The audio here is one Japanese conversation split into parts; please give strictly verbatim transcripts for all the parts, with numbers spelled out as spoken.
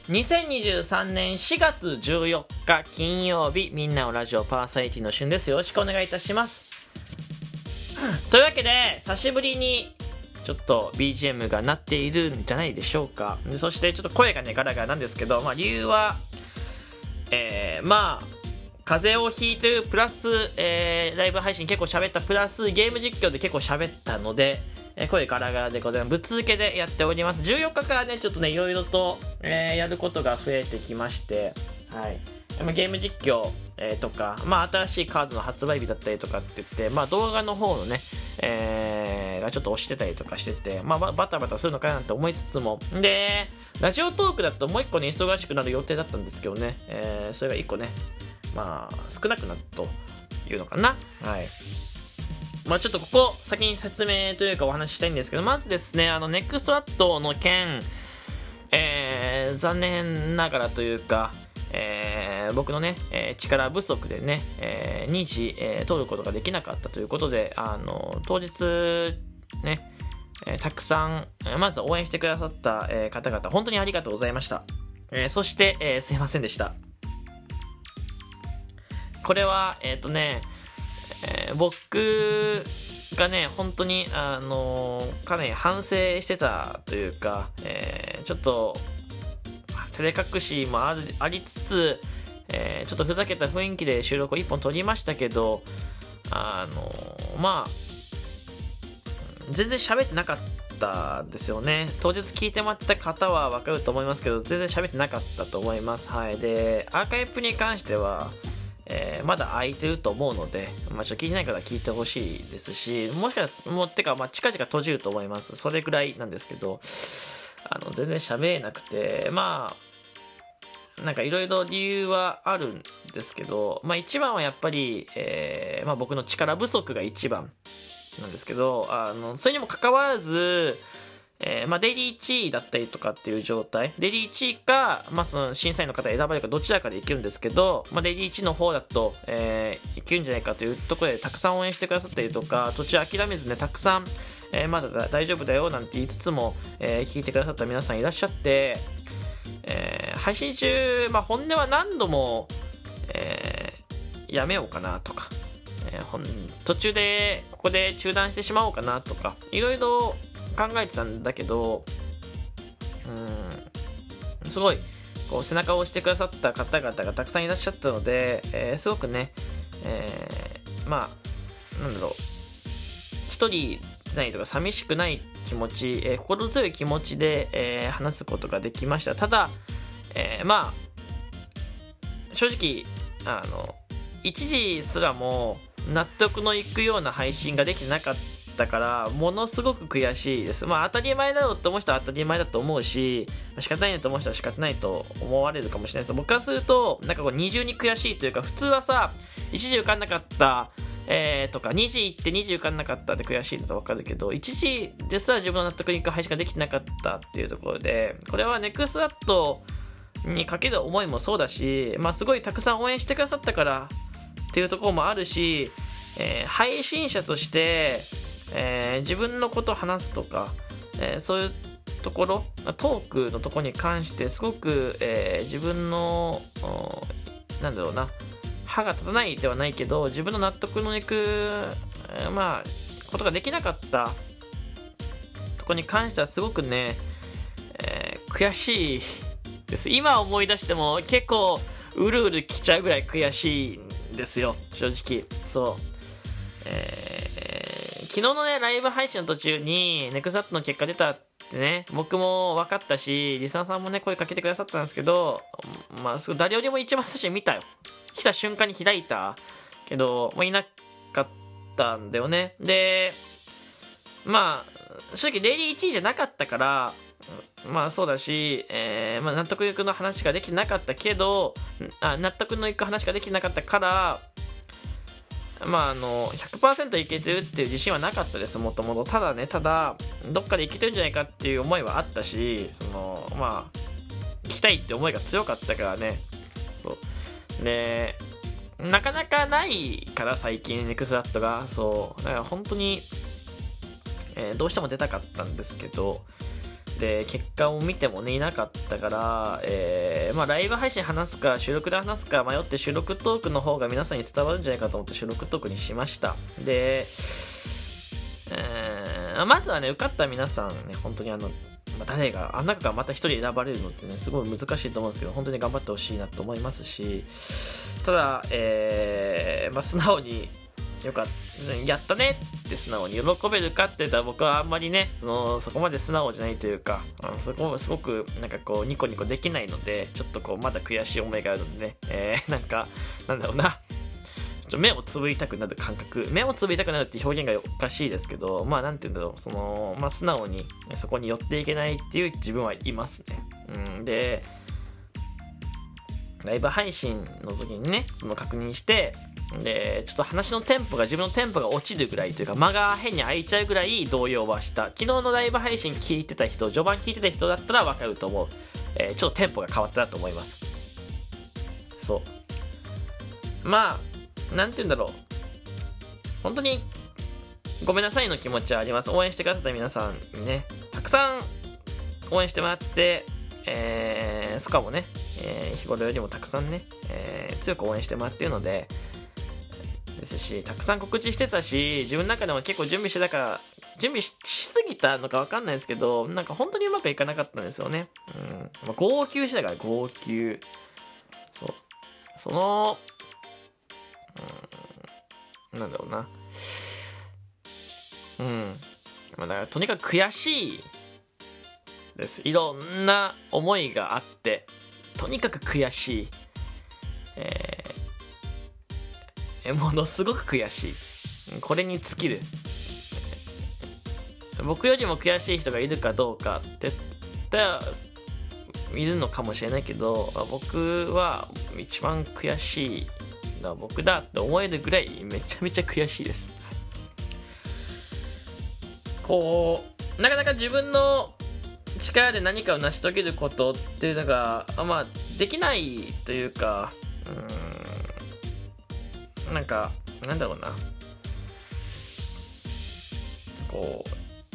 にせんにじゅうさんねんしがつじゅうよっか金曜日、みんなのラジオパーソナリティのしゅんです。よろしくお願いいたします。というわけで、久しぶりにちょっと ビージーエム が鳴っているんじゃないでしょうか。でそしてちょっと声がねガラガラなんですけど、まあ理由は、えー、まあ風邪をひいてるプラス、えー、ライブ配信結構喋ったプラスゲーム実況で結構喋ったので、えー、声ガラガラでございます。ぶっ続けでやっております。じゅうよっかからねちょっとねいろいろと、えー、やることが増えてきまして、はい、まあ、ゲーム実況、えー、とか、まあ、新しいカードの発売日だったりとかって言って、まあ、動画の方のね、えー、がちょっと押してたりとかしてて、まあ、バタバタするのかなって思いつつも、でラジオトークだともう一個ね忙しくなる予定だったんですけどね、えー、それが一個ねまあ少なくなったというのかな。はい。まあちょっとここ先に説明というかお話ししたいんですけど、まずですね、あのネクストラットの件、えー、残念ながらというか、えー、僕のね、えー、力不足でね、えー、にじ、えー、通ることができなかったということで、あの当日ね、えー、たくさんまず応援してくださった、えー、方々本当にありがとうございました。えー、そして、えー、すいませんでした。これはえっ、ー、とね、えー、僕がね本当にあのー、かなり反省してたというか、えー、ちょっと照れ隠しもあるありつつ、えー、ちょっとふざけた雰囲気で収録をいっぽん撮りましたけど、あのー、まあ全然喋ってなかったですよね。当日聞いてもらった方は分かると思いますけど、全然喋ってなかったと思います。はい。でアーカイブに関してはえー、まだ空いてると思うので、まあ、ちょっと聞いてない方は聞いてほしいですし、もしかしたらもうてか、まあ、近々閉じると思います。それぐらいなんですけど、あの全然喋れなくて、まあなんかいろいろ理由はあるんですけど、まあ一番はやっぱり、えーまあ、僕の力不足が一番なんですけど、あのそれにもかかわらず、えーまあ、デイリーいちいだったりとかっていう状態、デイリーいちいか、まあ、その審査員の方選ばれるかどちらかでいけるんですけど、まあ、デイリーいちの方だと、えー、いけるんじゃないかというところでたくさん応援してくださったりとか、途中諦めずねたくさん、えー、まだ大丈夫だよなんて言いつつも、えー、聞いてくださった皆さんいらっしゃって、えー、配信中、まあ、本音は何度も、えー、やめようかなとか、えー、ほん途中でここで中断してしまおうかなとかいろいろ考えてたんだけど、うーんすごいこう背中を押してくださった方々がたくさんいらっしゃったので、えー、すごくね、えー、まあなんだろう一人じゃないとか寂しくない気持ち、えー、心強い気持ちで、えー、話すことができました。ただ、えー、まあ正直あの一時すらも納得のいくような配信ができてなかっただからものすごく悔しいです。まあ当たり前だろうと思う人は当たり前だと思うし、仕方ないと思う人は仕方ないと思われるかもしれないです。僕からするとなんかこう二重に悔しいというか、普通はさ一時受かんなかった、えー、とか二次行って二次受かんなかったって悔しいのと分かるけど、一次ですら自分の納得にいく配信ができてなかったっていうところで、これはネクストラットにかける思いもそうだし、まあすごいたくさん応援してくださったからっていうところもあるし、えー、配信者としてえー、自分のことを話すとか、えー、そういうところトークのところに関してすごく、えー、自分のなんだろうな歯が立たないではないけど自分の納得のいく、えー、まあことができなかったところに関してはすごくね、えー、悔しいです。今思い出しても結構うるうるきちゃうぐらい悔しいんですよ正直。そう、えー昨日のねライブ配信の途中にネクストラットの結果出たってね僕も分かったし、リスナーさんもね声かけてくださったんですけど、まあ誰よりも一番最初に見たよ。来た瞬間に開いたけど、まあ、いなかったんだよね。でまあ正直デイリーいちいじゃなかったからまあそうだし、えーまあ、納得いくの話ができてなかったけどあ納得のいく話ができてなかったからまああの ひゃくパーセント いけてるっていう自信はなかったです。もともとただねただどっかでいけてるんじゃないかっていう思いはあったし、そのまあ行きたいって思いが強かったからね。そうでなかなかないから最近ネクストラットがそうだから本当に、えー、どうしても出たかったんですけど、 で結果を見てもねいなかったから、えーまあ、ライブ配信話すか収録で話すか迷って収録トークの方が皆さんに伝わるんじゃないかと思って収録トークにしました。で、えー、まずはね受かった皆さんね本当にあのまあ、誰があん中からまた一人選ばれるのってねすごい難しいと思うんですけど本当に頑張ってほしいなと思いますし、ただ、えーまあ、素直によかったやったねって素直に喜べるかって言ったら僕はあんまりねそのそこまで素直じゃないというかあのそこすごくなんかこうニコニコできないのでちょっとこうまだ悔しい思いがあるんでね、えー、なんかなんだろうなちょ目をつぶりたくなる感覚目をつぶりたくなるって表現がおかしいですけどまあなんて言うんだろうそのまあ素直にそこに寄っていけないっていう自分はいますね。うんでライブ配信の時にねその確認してでちょっと話のテンポが自分のテンポが落ちるぐらいというか間が変に空いちゃうぐらい動揺はした。昨日のライブ配信聞いてた人序盤聞いてた人だったら分かると思う、えー、ちょっとテンポが変わったなと思います。そうまあなんて言うんだろう本当にごめんなさいの気持ちはあります。応援してくださった皆さんにねたくさん応援してもらってえー、しかもね、えー、日頃よりもたくさんね、えー、強く応援してもらっているのでですしたくさん告知してたし自分の中でも結構準備してたから準備 し, しすぎたのか分かんないですけどなんか本当にうまくいかなかったんですよね。うんまあ、号泣してたから号泣そうその、うん、なんだろうなうんまあ、だからとにかく悔しいです。いろんな思いがあってとにかく悔しい、えー、ものすごく悔しいこれに尽きる。僕よりも悔しい人がいるかどうかって言ったらいるのかもしれないけど僕は一番悔しいのは僕だって思えるぐらいめちゃめちゃ悔しいです。こうなかなか自分の力で何かを成し遂げることっていうのがまあできないというかうーんなんかなんだろうなこう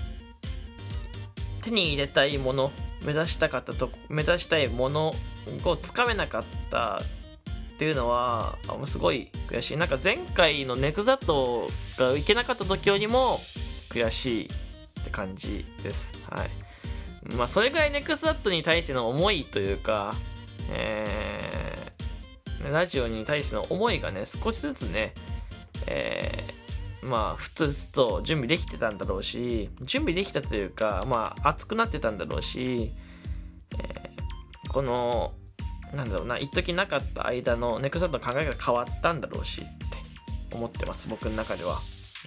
手に入れたいもの目指したかったと目指したいものをつかめなかったっていうのはすごい悔しい。なんか前回のネクザットがいけなかった時よりも悔しいって感じです。はいまあそれぐらいネクストザットに対しての思いというか、えー、ラジオに対しての思いがね少しずつね、えー、まあふつふつと準備できてたんだろうし準備できたというかまあ熱くなってたんだろうし、えー、このなんだろうな一時なかった間のネクストザットの考えが変わったんだろうしって思ってます僕の中では。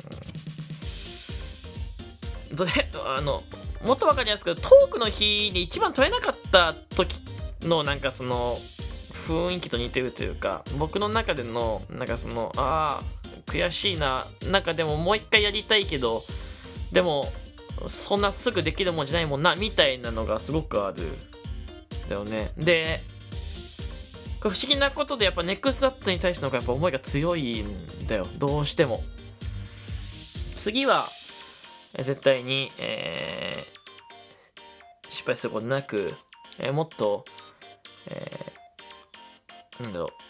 うん、どれあのもっと分かりやすくトークの日に一番取れなかった時のなんかその雰囲気と似てるというか僕の中でのなんかそのあー悔しいな中でももう一回やりたいけどでもそんなすぐできるもんじゃないもんなみたいなのがすごくあるだよね。でこれ不思議なことでやっぱネクストザットに対してのやっぱ思いが強いんだよどうしても。次は絶対に、えー、失敗することなく、えー、もっと、えー、なんだろう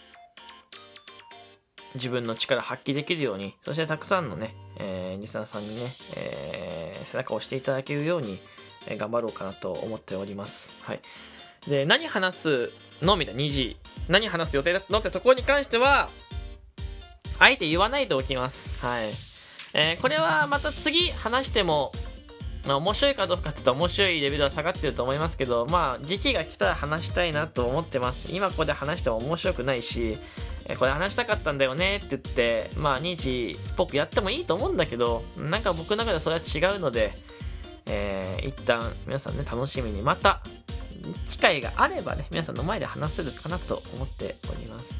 自分の力発揮できるようにそしてたくさんのね、えー、リスナーさんにね、えー、背中を押していただけるように、えー、頑張ろうかなと思っております。はい。で何話すのみたいなにじ何話す予定だったのってところに関してはあえて言わないでおきます。はい。えー、これはまた次話しても、まあ、面白いかどうかって言ったら面白いレベルは下がってると思いますけどまあ時期が来たら話したいなと思ってます。今ここで話しても面白くないし、えー、これ話したかったんだよねって言ってまあにじっぽくやってもいいと思うんだけどなんか僕の中ではそれは違うので、えー、一旦皆さんね楽しみにまた機会があればね皆さんの前で話せるかなと思っております。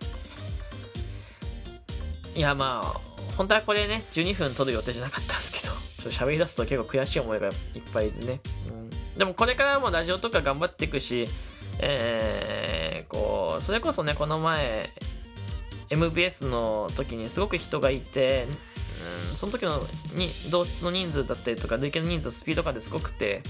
うん、いやまあ本当はこれねじゅうにふん撮る予定じゃなかったんですけどちょっと喋り出すと結構悔しい思いがいっぱいでね、うん、でもこれからもラジオとか頑張っていくし、えー、こうそれこそねこの前 エムビーエス の時にすごく人がいて、うん、その時のに同室の人数だったりとか累計の人数スピード感ですごくて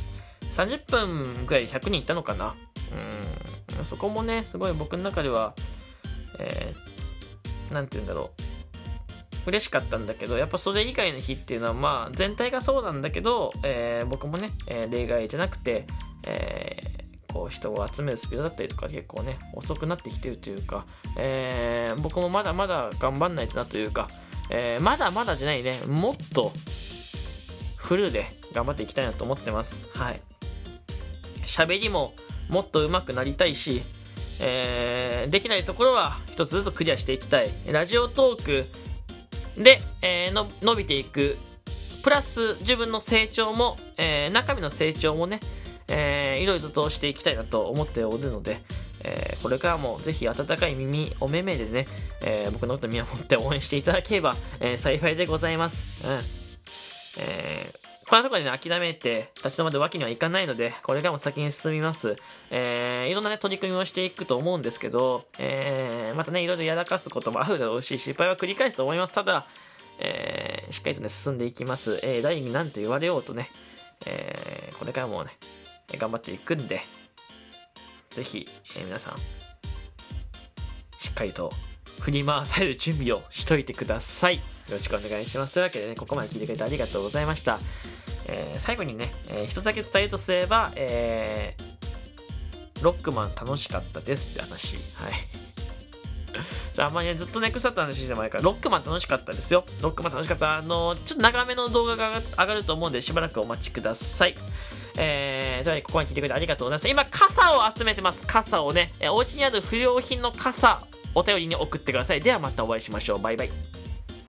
さんじゅっぷんくらいひゃくにんいったのかな。うん、そこもね、すごい僕の中では、えー、なんて言うんだろう。嬉しかったんだけど、やっぱそれ以外の日っていうのは、まあ、全体がそうなんだけど、えー、僕もね、えー、例外じゃなくて、えー、こう人を集めるスピードだったりとか結構ね、遅くなってきてるというか、えー、僕もまだまだ頑張んないとなというか、えー、まだまだじゃないね、もっとフルで頑張っていきたいなと思ってます。はい。喋りももっと上手くなりたいし、えー、できないところは一つずつクリアしていきたい。ラジオトークで、えー、の伸びていくプラス自分の成長も、えー、中身の成長もね、えー、いろいろとしていきたいなと思っておるので、えー、これからもぜひ温かい耳お目目でね、えー、僕のこと見守って応援していただければ、えー、幸いでございます。うん。えーこんなところでね、諦めて立ち止まるわけにはいかないので、これからも先に進みます。えー、いろんなね、取り組みをしていくと思うんですけど、えー、またね、いろいろやらかすこともあるだろうし、失敗は繰り返すと思います。ただ、えー、しっかりとね、進んでいきます。えー、誰に何と言われようとね、えー、これからもね、頑張っていくんで、ぜひ、えー、皆さん、しっかりと振り回される準備をしといてください。よろしくお願いします。というわけでね、ここまで聞いてくれてありがとうございました。えー、最後にね、えー、一つだけ伝えるとすれば、えー、ロックマン楽しかったですって話。はい。じゃあ、あんまりね、ずっとネクストだった話してもないから、ロックマン楽しかったですよ。ロックマン楽しかった。あのー、ちょっと長めの動画が上がると思うんで、しばらくお待ちください。えー、というわけで、ここまで聞いてくれてありがとうございます。今、傘を集めてます。傘をね、えー、お家にある不良品の傘、お便りに送ってください。ではまたお会いしましょう。バイバイ。